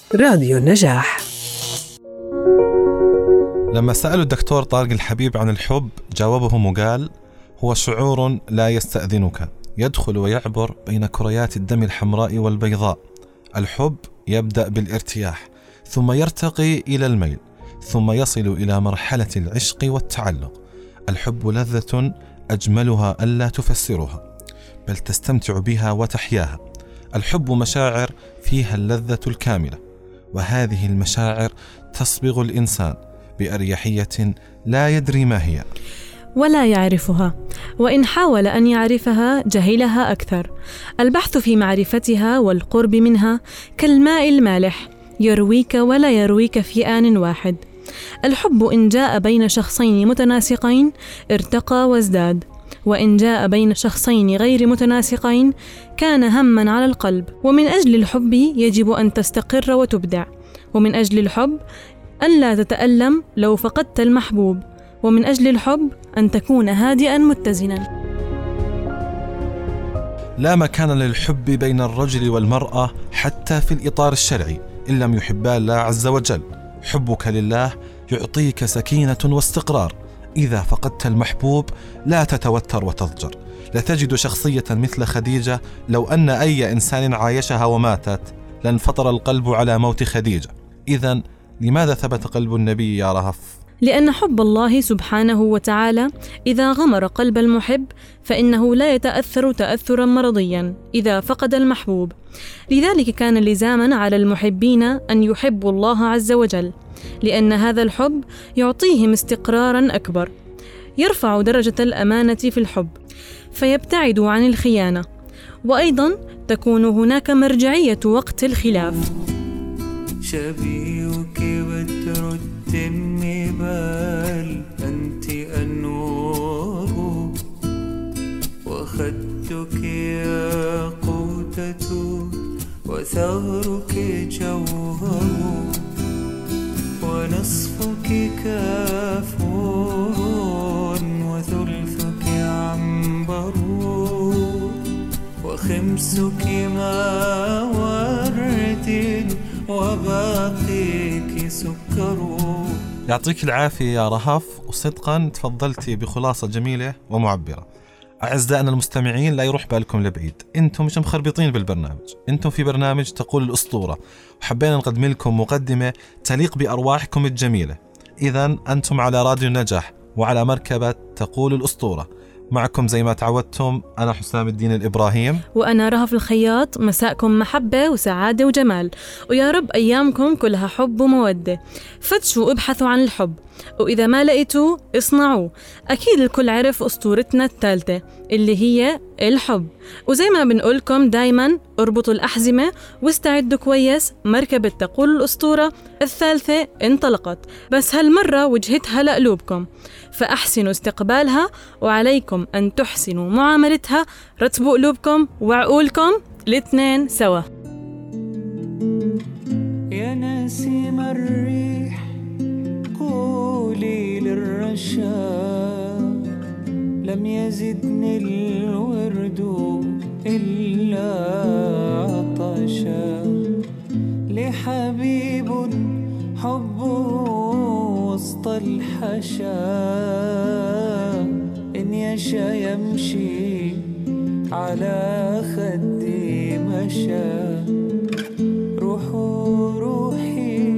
راديو النجاح. لما سألوا الدكتور طارق الحبيب عن الحب جاوبهم وقال: هو شعور لا يستأذنك، يدخل ويعبر بين كريات الدم الحمراء والبيضاء. الحب يبدأ بالارتياح، ثم يرتقي إلى الميل، ثم يصل إلى مرحلة العشق والتعلق. الحب لذة أجملها ألا تفسرها، بل تستمتع بها وتحياها. الحب مشاعر فيها اللذة الكاملة، وهذه المشاعر تصبغ الإنسان بأريحية لا يدري ما هي ولا يعرفها، وإن حاول أن يعرفها جهلها أكثر. البحث في معرفتها والقرب منها كالماء المالح، يرويك ولا يرويك في آن واحد. الحب إن جاء بين شخصين متناسقين ارتقى وازداد، وإن جاء بين شخصين غير متناسقين كان هماً على القلب. ومن أجل الحب يجب أن تستقر وتبدع، ومن أجل الحب أن لا تتألم لو فقدت المحبوب، ومن أجل الحب أن تكون هادئاً متزناً. لا مكان للحب بين الرجل والمرأة حتى في الإطار الشرعي إن لم يحبا الله عز وجل. حبك لله يعطيك سكينة واستقرار. إذا فقدت المحبوب لا تتوتر وتضجر. لا تجد شخصية مثل خديجة لو أن أي إنسان عايشها وماتت لانفطر القلب على موت خديجة. إذن لماذا ثبت قلب النبي يا رهف؟ لأن حب الله سبحانه وتعالى إذا غمر قلب المحب فإنه لا يتأثر تأثرا مرضيا إذا فقد المحبوب. لذلك كان لزاما على المحبين أن يحبوا الله عز وجل، لأن هذا الحب يعطيهم استقرارا أكبر، يرفع درجة الأمانة في الحب فيبتعدوا عن الخيانة، وأيضا تكون هناك مرجعية وقت الخلاف. شبيهك بدر النبال أنت النور، وخدك ياقوتة وثغرك جوهر، ونصفك كافور وثلثك عنبر، وخمسك ما ورد وباقيك سكر. يعطيك العافية يا رهف، وصدقا تفضلتي بخلاصة جميلة ومعبرة. أعزائنا المستمعين لا يروح بالكم لبعيد، أنتم مش مخربطين بالبرنامج، أنتم في برنامج تقول الأسطورة، وحبينا نقدم لكم مقدمة تليق بأرواحكم الجميلة. إذن أنتم على راديو النجاح وعلى مركبة تقول الأسطورة. معكم زي ما تعودتم أنا حسام الدين الإبراهيم، وأنا رهف الخياط. مساءكم محبة وسعادة وجمال، ويا رب أيامكم كلها حب ومودة. فتشوا ابحثوا عن الحب، وإذا ما لقيتوا اصنعوا. أكيد الكل عرف أسطورتنا الثالثة اللي هي الحب، وزي ما بنقولكم دايما اربطوا الأحزمة واستعدوا كويس، مركبة تقول الأسطورة الثالثة انطلقت، بس هالمرة وجهتها لقلوبكم، فأحسنوا استقبالها، وعليكم أن تحسنوا معاملتها. رتبوا قلوبكم وعقولكم الاثنين سوا. يا نسيم الريح قولي للرشا، لم يزدني الورد إلا عطشا، لحبيب حب وسط الحشا، إن يشا يمشي على خدي مشى، روحوا روحي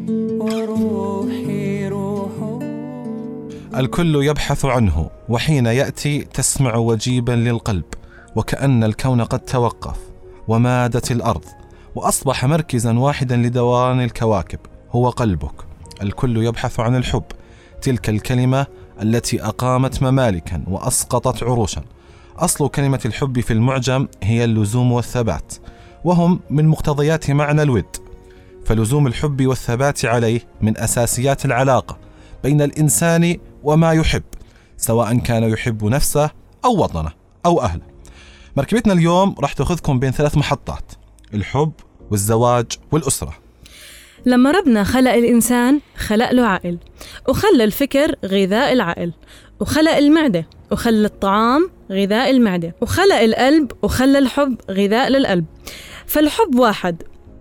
وروحي روحه. الكل يبحث عنه، وحين يأتي تسمع وجيبا للقلب، وكأن الكون قد توقف ومادت الأرض، وأصبح مركزا واحدا لدوران الكواكب هو قلبك. الكل يبحث عن الحب، تلك الكلمة التي أقامت ممالكا وأسقطت عروشا. أصل كلمة الحب في المعجم هي اللزوم والثبات، وهم من مقتضيات معنى الود، فلزوم الحب والثبات عليه من أساسيات العلاقة بين الإنسان وما يحب، سواء كان يحب نفسه أو وطنه أو أهله. مركبتنا اليوم راح تأخذكم بين 3 محطات: الحب والزواج والأسرة. لما ربنا خلق الإنسان خلق له عقل، وخلى الفكر غذاء العقل، وخلق المعدة وخلى الطعام غذاء المعدة، وخلق القلب وخلى الحب غذاء للقلب. فالحب واحد،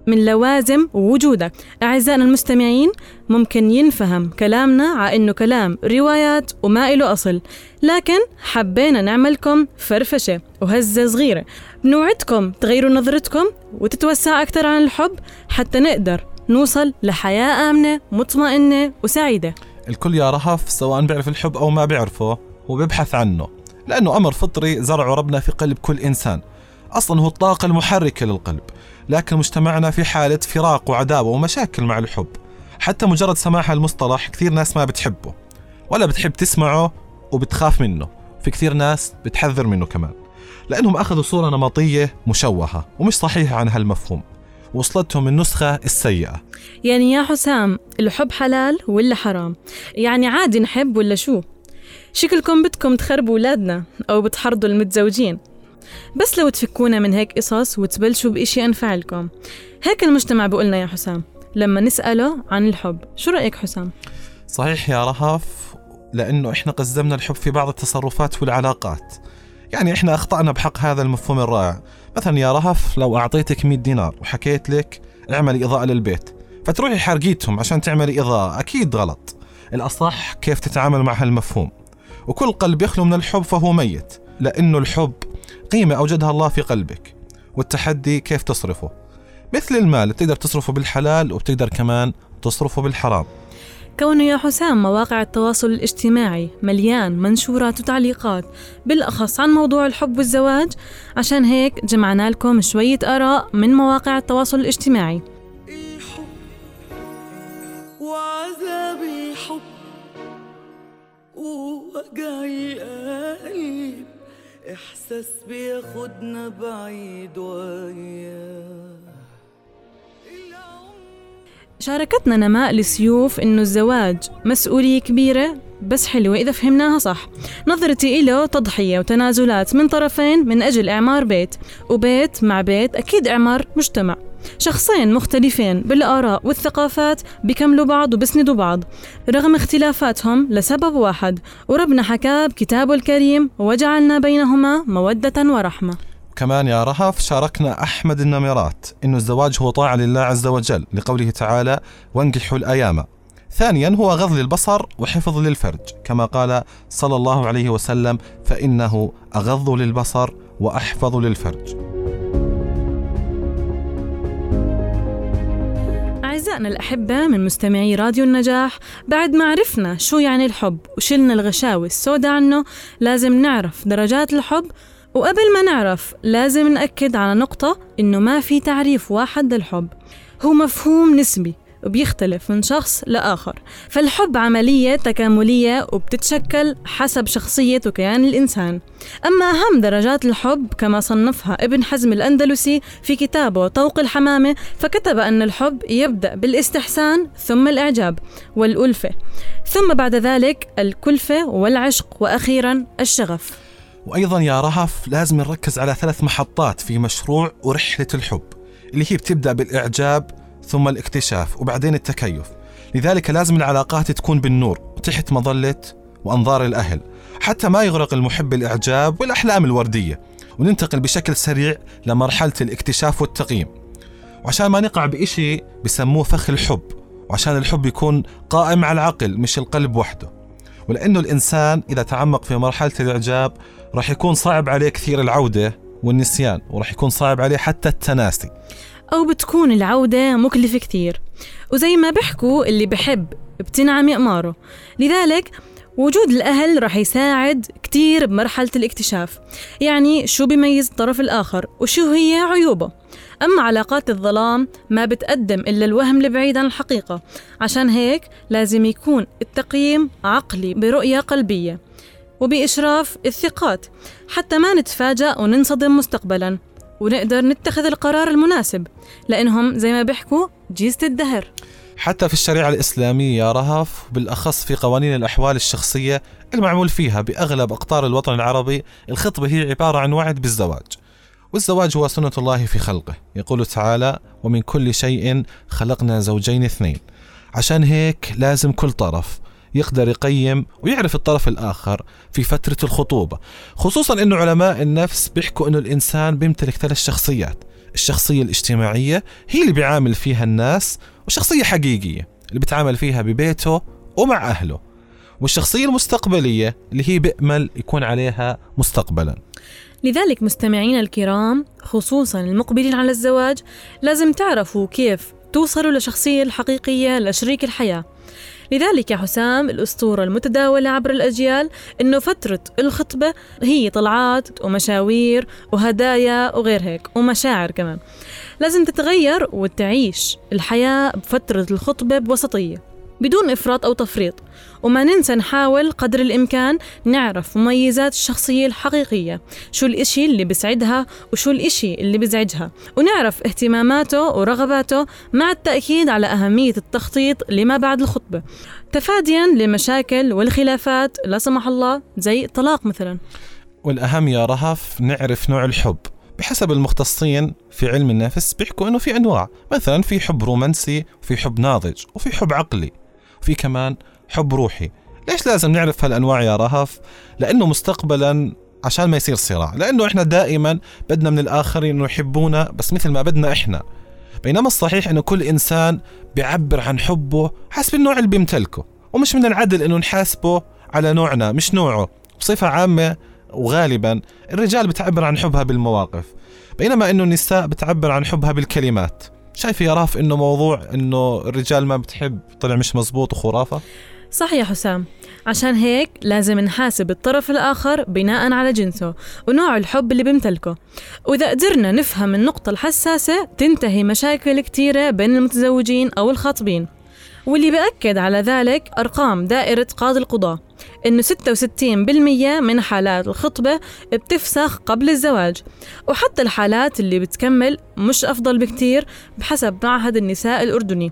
من لوازم وجودك. أعزائنا المستمعين، ممكن ينفهم كلامنا على إنه كلام روايات وما إله أصل، لكن حبينا نعملكم فرفشة وهزة صغيرة. بنوعدكم تغيروا نظرتكم وتتوسع أكثر عن الحب حتى نقدر نوصل لحياة آمنة مطمئنة وسعيدة. الكل يا رهف سواء بيعرف الحب أو ما بيعرفه هو بيبحث عنه، لأنه أمر فطري زرعه ربنا في قلب كل إنسان، أصلا هو الطاقة المحركة للقلب. لكن مجتمعنا في حالة فراق وعداوة ومشاكل مع الحب، حتى مجرد سماع المصطلح كثير ناس ما بتحبه ولا بتحب تسمعه وبتخاف منه. في كثير ناس بتحذر منه كمان، لأنهم أخذوا صورة نمطية مشوهة ومش صحيحة عن هالمفهوم، وصلتهم النسخة السيئة. يعني يا حسام، الحب حلال ولا حرام؟ يعني عادي نحب ولا شو؟ شكلكم بدكم تخربوا ولادنا أو بتحرضوا المتزوجين، بس لو تفكونا من هيك قصص وتبلشوا بإشي أنفع لكم. هيك المجتمع بقولنا يا حسام لما نسأله عن الحب. شو رأيك حسام؟ صحيح يا رهف، لأنه إحنا قزمنا الحب في بعض التصرفات والعلاقات. يعني إحنا أخطأنا بحق هذا المفهوم الرائع. مثلا يا رهف، لو أعطيتك 100 دينار وحكيت لك اعملي إضاءة للبيت، فتروحي حرقيتهم عشان تعملي إضاءة، أكيد غلط. الأصح كيف تتعامل مع هالمفهوم. وكل قلب يخلو من الحب فهو ميت، لأنه الحب قيمة أوجدها الله في قلبك، والتحدي كيف تصرفه. مثل المال، بتقدر تصرفه بالحلال وبتقدر كمان تصرفه بالحرام. كونه يا حسام مواقع التواصل الاجتماعي مليان منشورات وتعليقات بالأخص عن موضوع الحب والزواج، عشان هيك جمعنا لكم شوية آراء من مواقع التواصل الاجتماعي. الحب وعذاب الحب ووجع القلب، إحساس بياخدنا بعيد وياه. شاركتنا نماء السيوف إنه الزواج مسؤولية كبيرة بس حلوة إذا فهمناها صح. نظرتي إله تضحية وتنازلات من طرفين من أجل إعمار بيت، وبيت مع بيت أكيد إعمار مجتمع. شخصين مختلفين بالآراء والثقافات بيكملوا بعض وبسندوا بعض رغم اختلافاتهم لسبب واحد، وربنا حكاه بكتابه الكريم: وجعلنا بينهما مودة ورحمة. كمان يا رهف شاركنا أحمد النمرات إنه الزواج هو طاعة لله عز وجل، لقوله تعالى: وانكحوا الأيام. ثانيا هو غض للبصر وحفظ للفرج، كما قال صلى الله عليه وسلم: فإنه أغض للبصر وأحفظ للفرج. أعزائنا الأحبة من مستمعي راديو النجاح، بعد ما عرفنا شو يعني الحب وشلنا الغشاوي السوداء عنه، لازم نعرف درجات الحب. وقبل ما نعرف لازم نأكد على نقطة، إنه ما في تعريف واحد للحب، هو مفهوم نسبي وبيختلف من شخص لآخر. فالحب عملية تكاملية وبتتشكل حسب شخصية وكيان الإنسان. أما أهم درجات الحب كما صنفها ابن حزم الأندلسي في كتابه طوق الحمامة، فكتب أن الحب يبدأ بالاستحسان ثم الإعجاب والألفة، ثم بعد ذلك الكلفة والعشق، وأخيرا الشغف. وأيضا يا رهف لازم نركز على 3 محطات في مشروع ورحلة الحب، اللي هي بتبدأ بالإعجاب ثم الاكتشاف وبعدين التكيف. لذلك لازم العلاقات تكون بالنور وتحت مظلة وأنظار الأهل، حتى ما يغرق المحب الإعجاب والأحلام الوردية، وننتقل بشكل سريع لمرحلة الاكتشاف والتقييم. وعشان ما نقع بإشي بسموه فخ الحب، وعشان الحب يكون قائم على العقل مش القلب وحده. ولأنه الإنسان إذا تعمق في مرحلة الإعجاب راح يكون صعب عليه كثير العودة والنسيان، وراح يكون صعب عليه حتى التناسي، أو بتكون العودة مكلفة كثير. وزي ما بيحكوا اللي بحب بتنعم إقماره. لذلك وجود الأهل راح يساعد كتير بمرحلة الاكتشاف، يعني شو بيميز الطرف الآخر وشو هي عيوبه. أما علاقات الظلام ما بتقدم إلا الوهم البعيد عن الحقيقة، عشان هيك لازم يكون التقييم عقلي برؤية قلبية وبإشراف الثقات، حتى ما نتفاجأ وننصدم مستقبلاً، ونقدر نتخذ القرار المناسب، لأنهم زي ما بيحكوا جيزة الدهر. حتى في الشريعة الإسلامية يا رهف، بالأخص في قوانين الأحوال الشخصية المعمول فيها بأغلب أقطار الوطن العربي، الخطبة هي عبارة عن وعد بالزواج. والزواج هو سنة الله في خلقه، يقول تعالى: ومن كل شيء خلقنا زوجين اثنين. عشان هيك لازم كل طرف يقدر يقيم ويعرف الطرف الآخر في فترة الخطوبة، خصوصا أنه علماء النفس بيحكوا أنه الإنسان بيمتلك 3 شخصيات، الشخصية الاجتماعية هي اللي بيعامل فيها الناس، وشخصية حقيقية اللي بتعامل فيها ببيته ومع أهله، والشخصية المستقبلية اللي هي بأمل يكون عليها مستقبلا. لذلك مستمعين الكرام، خصوصا المقبلين على الزواج، لازم تعرفوا كيف توصلوا للشخصية الحقيقية لشريك الحياة. لذلك يا حسام، الأسطورة المتداولة عبر الأجيال إنه فترة الخطبة هي طلعات ومشاوير وهدايا وغير هيك ومشاعر كمان. لازم تتغير وتعيش الحياة بفترة الخطبة بوسطية بدون إفراط أو تفريط، وما ننسى نحاول قدر الإمكان نعرف مميزات الشخصية الحقيقية، شو الإشي اللي بيسعدها وشو الإشي اللي بيزعجها، ونعرف اهتماماته ورغباته، مع التأكيد على أهمية التخطيط لما بعد الخطبة تفادياً لمشاكل والخلافات لا سمح الله زي الطلاق مثلاً. والأهم يا رهف نعرف نوع الحب. بحسب المختصين في علم النفس بيحكوا إنه في أنواع، مثلاً في حب رومانسي، وفي حب ناضج، وفي حب عقلي، وفي كمان حب روحي. ليش لازم نعرف هالأنواع يا رهف؟ لأنه مستقبلاً عشان ما يصير صراع، لأنه إحنا دائماً بدنا من الآخرين إنه يحبونا بس مثل ما بدنا إحنا، بينما الصحيح إنه كل إنسان بيعبر عن حبه حسب النوع اللي بيمتلكه، ومش من العدل إنه نحاسبه على نوعنا مش نوعه. بصفة عامة وغالباً الرجال بتعبر عن حبها بالمواقف، بينما إنه النساء بتعبر عن حبها بالكلمات. شايف يا راف إنه موضوع إنه الرجال ما بتحب طلع مش مزبوط وخرافة؟ صح يا حسام، عشان هيك لازم نحاسب الطرف الآخر بناء على جنسه ونوع الحب اللي بيمتلكه، وإذا قدرنا نفهم النقطة الحساسة تنتهي مشاكل كتيرة بين المتزوجين أو الخاطبين. واللي بأكد على ذلك أرقام دائرة قاضي القضاء إنه 66% من حالات الخطبة بتفسخ قبل الزواج، وحتى الحالات اللي بتكمل مش أفضل بكتير بحسب معهد النساء الأردني،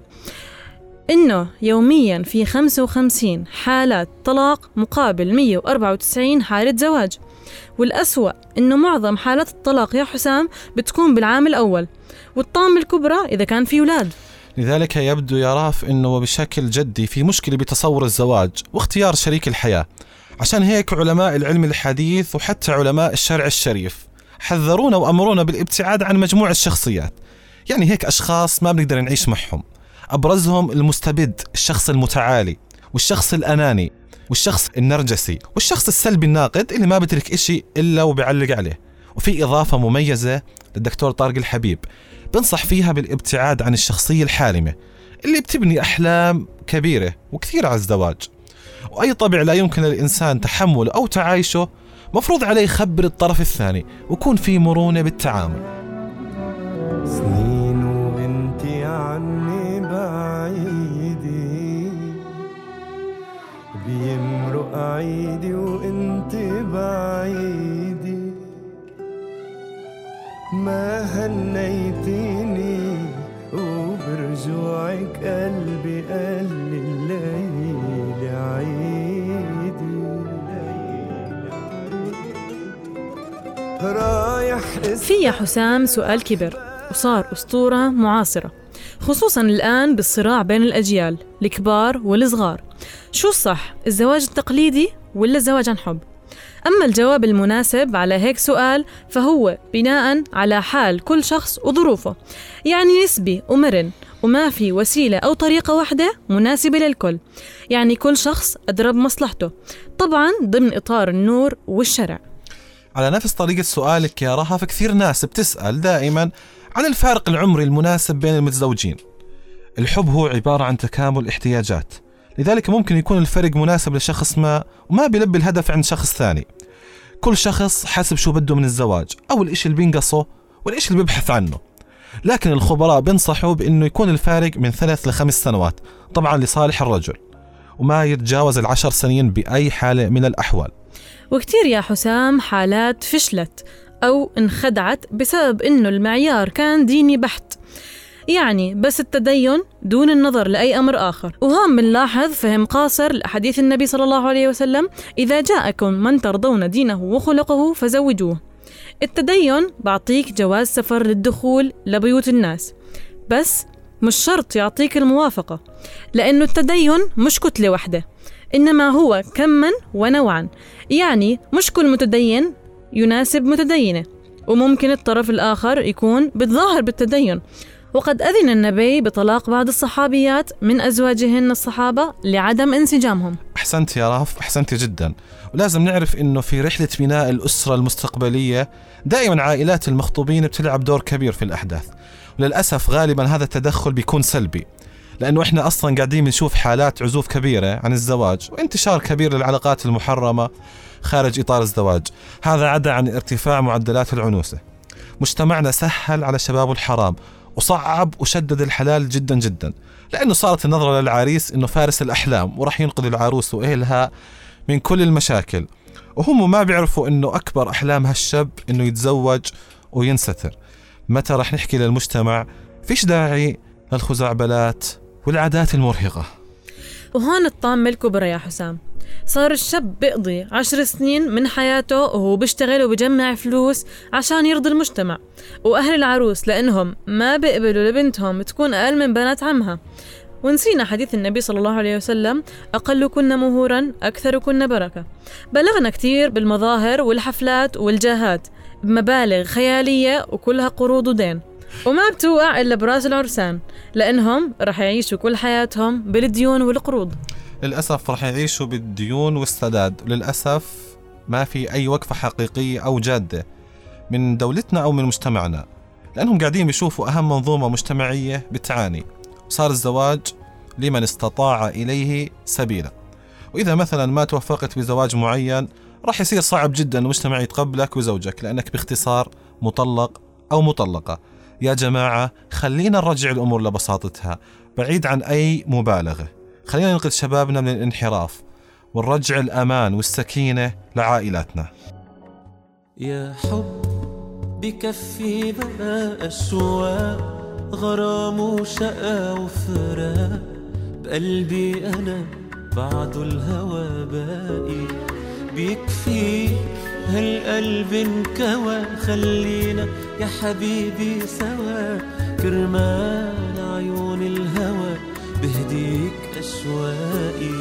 إنه يومياً في 55 حالات طلاق مقابل 194 حالة زواج. والأسوأ إنه معظم حالات الطلاق يا حسام بتكون بالعام الأول، والطامة الكبرى إذا كان في أولاد. لذلك يبدو يا راف إنه بشكل جدي في مشكلة بتصور الزواج واختيار شريك الحياة. عشان هيك علماء العلم الحديث وحتى علماء الشرع الشريف حذرونا وأمرونا بالابتعاد عن مجموعة الشخصيات، يعني هيك أشخاص ما بنقدر نعيش معهم. أبرزهم المستبد، الشخص المتعالي، والشخص الأناني، والشخص النرجسي، والشخص السلبي الناقد اللي ما بترك إشي إلا وبيعلق عليه. وفي إضافة مميزة للدكتور طارق الحبيب بنصح فيها بالابتعاد عن الشخصية الحالمة اللي بتبني أحلام كبيرة وكثيرة على الزواج، وأي طبع لا يمكن للإنسان تحمله أو تعايشه مفروض عليه يخبر الطرف الثاني ويكون في مرونة بالتعامل. سنين وانتي عني بعيدي، بيمرق عيدي وانتي بعيدي، ما هنيتيني وبرجوعك قلبي قال لي الليل عيدي، رايح في يا حسام سؤال كبر وصار أسطورة معاصرة، خصوصاً الآن بالصراع بين الأجيال الكبار والصغار. شو الصح، الزواج التقليدي ولا الزواج عن حب؟ أما الجواب المناسب على هيك سؤال فهو بناء على حال كل شخص وظروفه، يعني نسبي ومرن، وما في وسيلة أو طريقة واحدة مناسبة للكل، يعني كل شخص أدرى بمصلحته، طبعاً ضمن إطار النور والشرع. على نفس طريقة سؤالك يا رهف، كثير ناس بتسأل دائما عن الفارق العمري المناسب بين المتزوجين. الحب هو عبارة عن تكامل احتياجات، لذلك ممكن يكون الفرق مناسب لشخص ما وما بيلبي الهدف عند شخص ثاني. كل شخص حسب شو بده من الزواج أو الإشي اللي بينقصه والإشي اللي بيبحث عنه، لكن الخبراء بينصحوا بأنه يكون الفارق من 3 ل5 سنوات، طبعا لصالح الرجل، وما يتجاوز 10 سنين بأي حالة من الأحوال. وكتير يا حسام حالات فشلت أو انخدعت بسبب إنه المعيار كان ديني بحت، يعني بس التدين دون النظر لأي أمر آخر. وهون بنلاحظ فهم قاصر لأحاديث النبي صلى الله عليه وسلم: إذا جاءكم من ترضون دينه وخلقه فزوجوه. التدين بعطيك جواز سفر للدخول لبيوت الناس، بس مش شرط يعطيك الموافقة، لأنه التدين مش كتلة واحدة، إنما هو كماً ونوعاً، يعني مش كل متدين يناسب متدينة، وممكن الطرف الآخر يكون بتظاهر بالتدين. وقد أذن النبي بطلاق بعض الصحابيات من أزواجهن الصحابة لعدم انسجامهم. أحسنت يا رهف، أحسنت جدا. ولازم نعرف إنه في رحلة بناء الأسرة المستقبلية دائما عائلات المخطوبين بتلعب دور كبير في الأحداث، وللأسف غالبا هذا التدخل بيكون سلبي، لأنه إحنا أصلا قاعدين بنشوف حالات عزوف كبيرة عن الزواج وانتشار كبير للعلاقات المحرمة خارج إطار الزواج. هذا عدا عن ارتفاع معدلات العنوسة. مجتمعنا سهل على شباب الحرام وصعب وشدد الحلال جدا جدا، لأنه صارت النظرة للعريس إنه فارس الأحلام ورح ينقذ العروس وأهلها من كل المشاكل، وهم ما بيعرفوا إنه أكبر أحلام هالشاب إنه يتزوج وينستر. متى رح نحكي للمجتمع فيش داعي للخزعبلات والعادات المرهقة؟ وهون الطامة الكبرى يا حسام. صار الشاب بيقضي 10 سنين من حياته وهو بيشتغل وبيجمع فلوس عشان يرضي المجتمع وأهل العروس، لأنهم ما بيقبلوا لبنتهم تكون أقل من بنات عمها. ونسينا حديث النبي صلى الله عليه وسلم: أقل كنا مهورا أكثر كنا بركة. بلغنا كتير بالمظاهر والحفلات والجاهات بمبالغ خيالية وكلها قروض ودين، وما بتوقع إلا براس العرسان، لأنهم رح يعيشوا كل حياتهم بالديون والقروض. للأسف رح يعيشوا بالديون والسداد، وللأسف ما في أي وقفة حقيقية أو جادة من دولتنا أو من مجتمعنا، لأنهم قاعدين بيشوفوا أهم منظومة مجتمعية بتعاني. صار الزواج لمن استطاع إليه سبيلا، وإذا مثلا ما توفقت بزواج معين راح يصير صعب جدا المجتمع يتقبلك وزوجك، لأنك باختصار مطلق أو مطلقة. يا جماعة خلينا نرجع الأمور لبساطتها بعيد عن أي مبالغة. خلينا ننقذ شبابنا من الانحراف ونرجع الأمان والسكينة لعائلاتنا. يا حب بكفي بقى أشواق، غرام وشقا وفراق، بقلبي أنا بعد الهوى باقي، بيكفي هالقلب انكوى، خلينا يا حبيبي سوا، كرمال عيون الهوى بهديك أشواقي.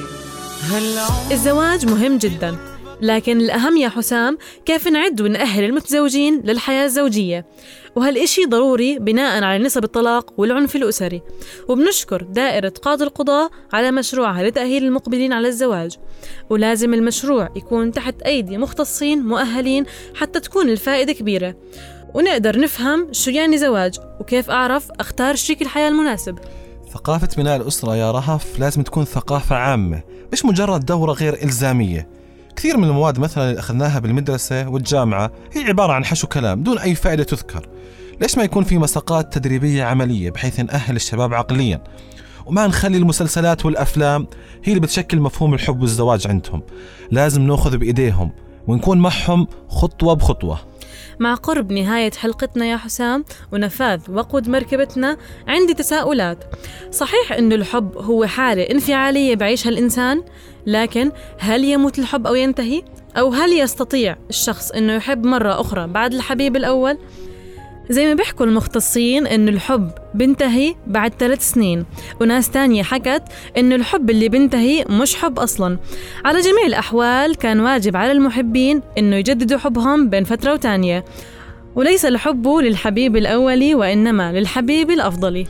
الزواج مهم جدا، لكن الأهم يا حسام كيف نعد ونأهل المتزوجين للحياة الزوجية، وهالإشي ضروري بناء على نسب الطلاق والعنف الأسري. وبنشكر دائرة قاضي القضاء على مشروعها لتأهيل المقبلين على الزواج، ولازم المشروع يكون تحت أيدي مختصين مؤهلين حتى تكون الفائدة كبيرة، ونقدر نفهم شو يعني زواج وكيف أعرف أختار شريك الحياة المناسب. ثقافة بناء الأسرة يا رهف لازم تكون ثقافة عامة، مش مجرد دورة غير إلزامية. كثير من المواد مثلا اللي أخذناها بالمدرسة والجامعة هي عبارة عن حشو كلام دون أي فائدة تذكر. ليش ما يكون في مساقات تدريبية عملية بحيث نأهل الشباب عقليا، وما نخلي المسلسلات والأفلام هي اللي بتشكل مفهوم الحب والزواج عندهم؟ لازم نأخذ بإيديهم ونكون معهم خطوة بخطوة. مع قرب نهاية حلقتنا يا حسام ونفاذ وقود مركبتنا، عندي تساؤلات. صحيح أن الحب هو حالة انفعالية بعيشها الإنسان، لكن هل يموت الحب أو ينتهي؟ أو هل يستطيع الشخص أنه يحب مرة أخرى بعد الحبيب الأول؟ زي ما بيحكوا المختصين أن الحب بينتهي بعد 3 سنين، وناس تانية حكت أن الحب اللي بينتهي مش حب أصلاً. على جميع الأحوال كان واجب على المحبين أنه يجددوا حبهم بين فترة وتانية، وليس الحب للحبيب الأولي وإنما للحبيب الأفضلي.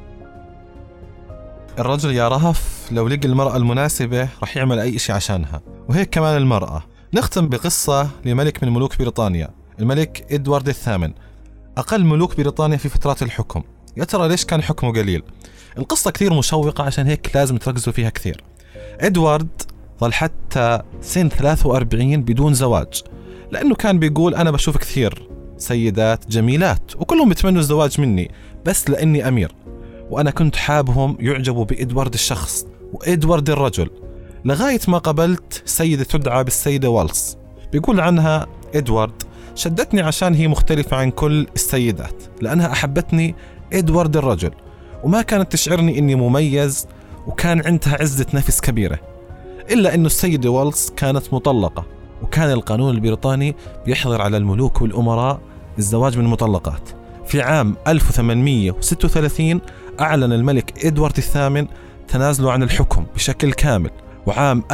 الرجل يا رهف لو لقى المرأة المناسبة رح يعمل أي شيء عشانها، وهيك كمان المرأة. نختم بقصة لملك من ملوك بريطانيا، الملك إدوارد الثامن، أقل ملوك بريطانيا في فترات الحكم. يا ترى ليش كان حكمه قليل؟ القصة كثير مشوقة، عشان هيك لازم تركزوا فيها كثير. إدوارد ظل حتى سن 43 بدون زواج، لأنه كان بيقول أنا بشوف كثير سيدات جميلات وكلهم بيتمنوا الزواج مني، بس لأني أمير، وأنا كنت حابهم يعجبوا بإدوارد الشخص وإدوارد الرجل، لغاية ما قبلت سيدة تدعى بالسيدة والس. بيقول عنها إدوارد: شدتني عشان هي مختلفة عن كل السيدات، لأنها أحبتني إدوارد الرجل، وما كانت تشعرني إني مميز، وكان عندها عزة نفس كبيرة. إلا إنه السيدة والس كانت مطلقة، وكان القانون البريطاني بيحظر على الملوك والأمراء الزواج من المطلقات. في عام 1836 أعلن الملك إدوارد الثامن تنازله عن الحكم بشكل كامل، وعام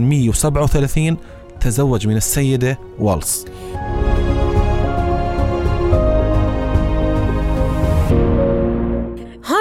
1837 تزوج من السيدة والس.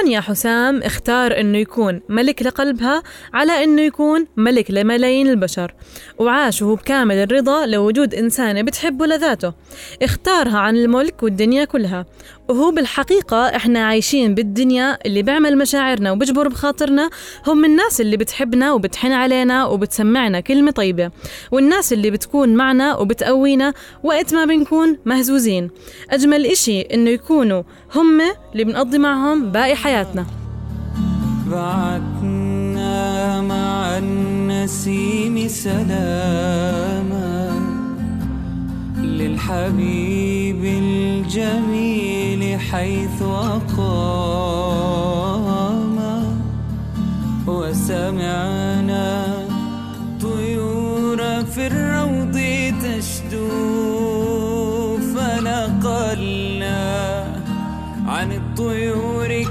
هون يا حسام اختار إنه يكون ملك لقلبها على إنه يكون ملك لملايين البشر، وعاش وهو بكامل الرضا لوجود إنسانة بتحبه لذاته. اختارها عن الملك والدنيا كلها. وهو بالحقيقة إحنا عايشين بالدنيا اللي بيعمل مشاعرنا وبجبر بخاطرنا هم الناس اللي بتحبنا وبتحن علينا وبتسمعنا كلمة طيبة، والناس اللي بتكون معنا وبتقوينا وقت ما بنكون مهزوزين. أجمل إشي إنه يكونوا هم اللي بنقضي معهم باقي حياتنا. بعتنا مع النسيم سلاما للحبيب الجميل حيث أقام، وسمعنا طيور في الروض تشدو، فنقلنا عن الطيور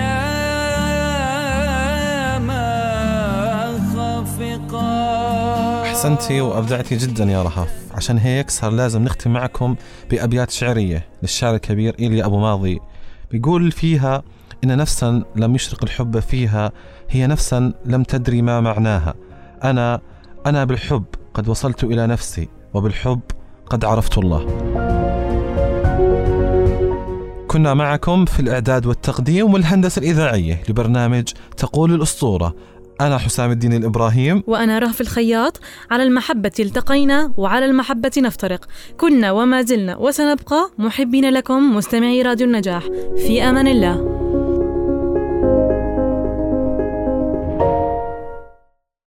كلاما خافقا. أحسنتي وأبدعتي جدا يا رهف. عشان هيك صار لازم نختم معكم بأبيات شعرية للشاعر الكبير إيليا أبو ماضي، بيقول فيها إن نفسا لم يشرق الحب فيها هي نفسا لم تدري ما معناها. أنا بالحب قد وصلت إلى نفسي، وبالحب قد عرفت الله. كنا معكم في الإعداد والتقديم والهندسة الإذاعية لبرنامج تقول الأسطورة. أنا حسام الدين الإبراهيم، وأنا رهف الخياط. على المحبة التقينا وعلى المحبة نفترق. كنا وما زلنا وسنبقى محبين لكم مستمعي راديو النجاح. في أمان الله.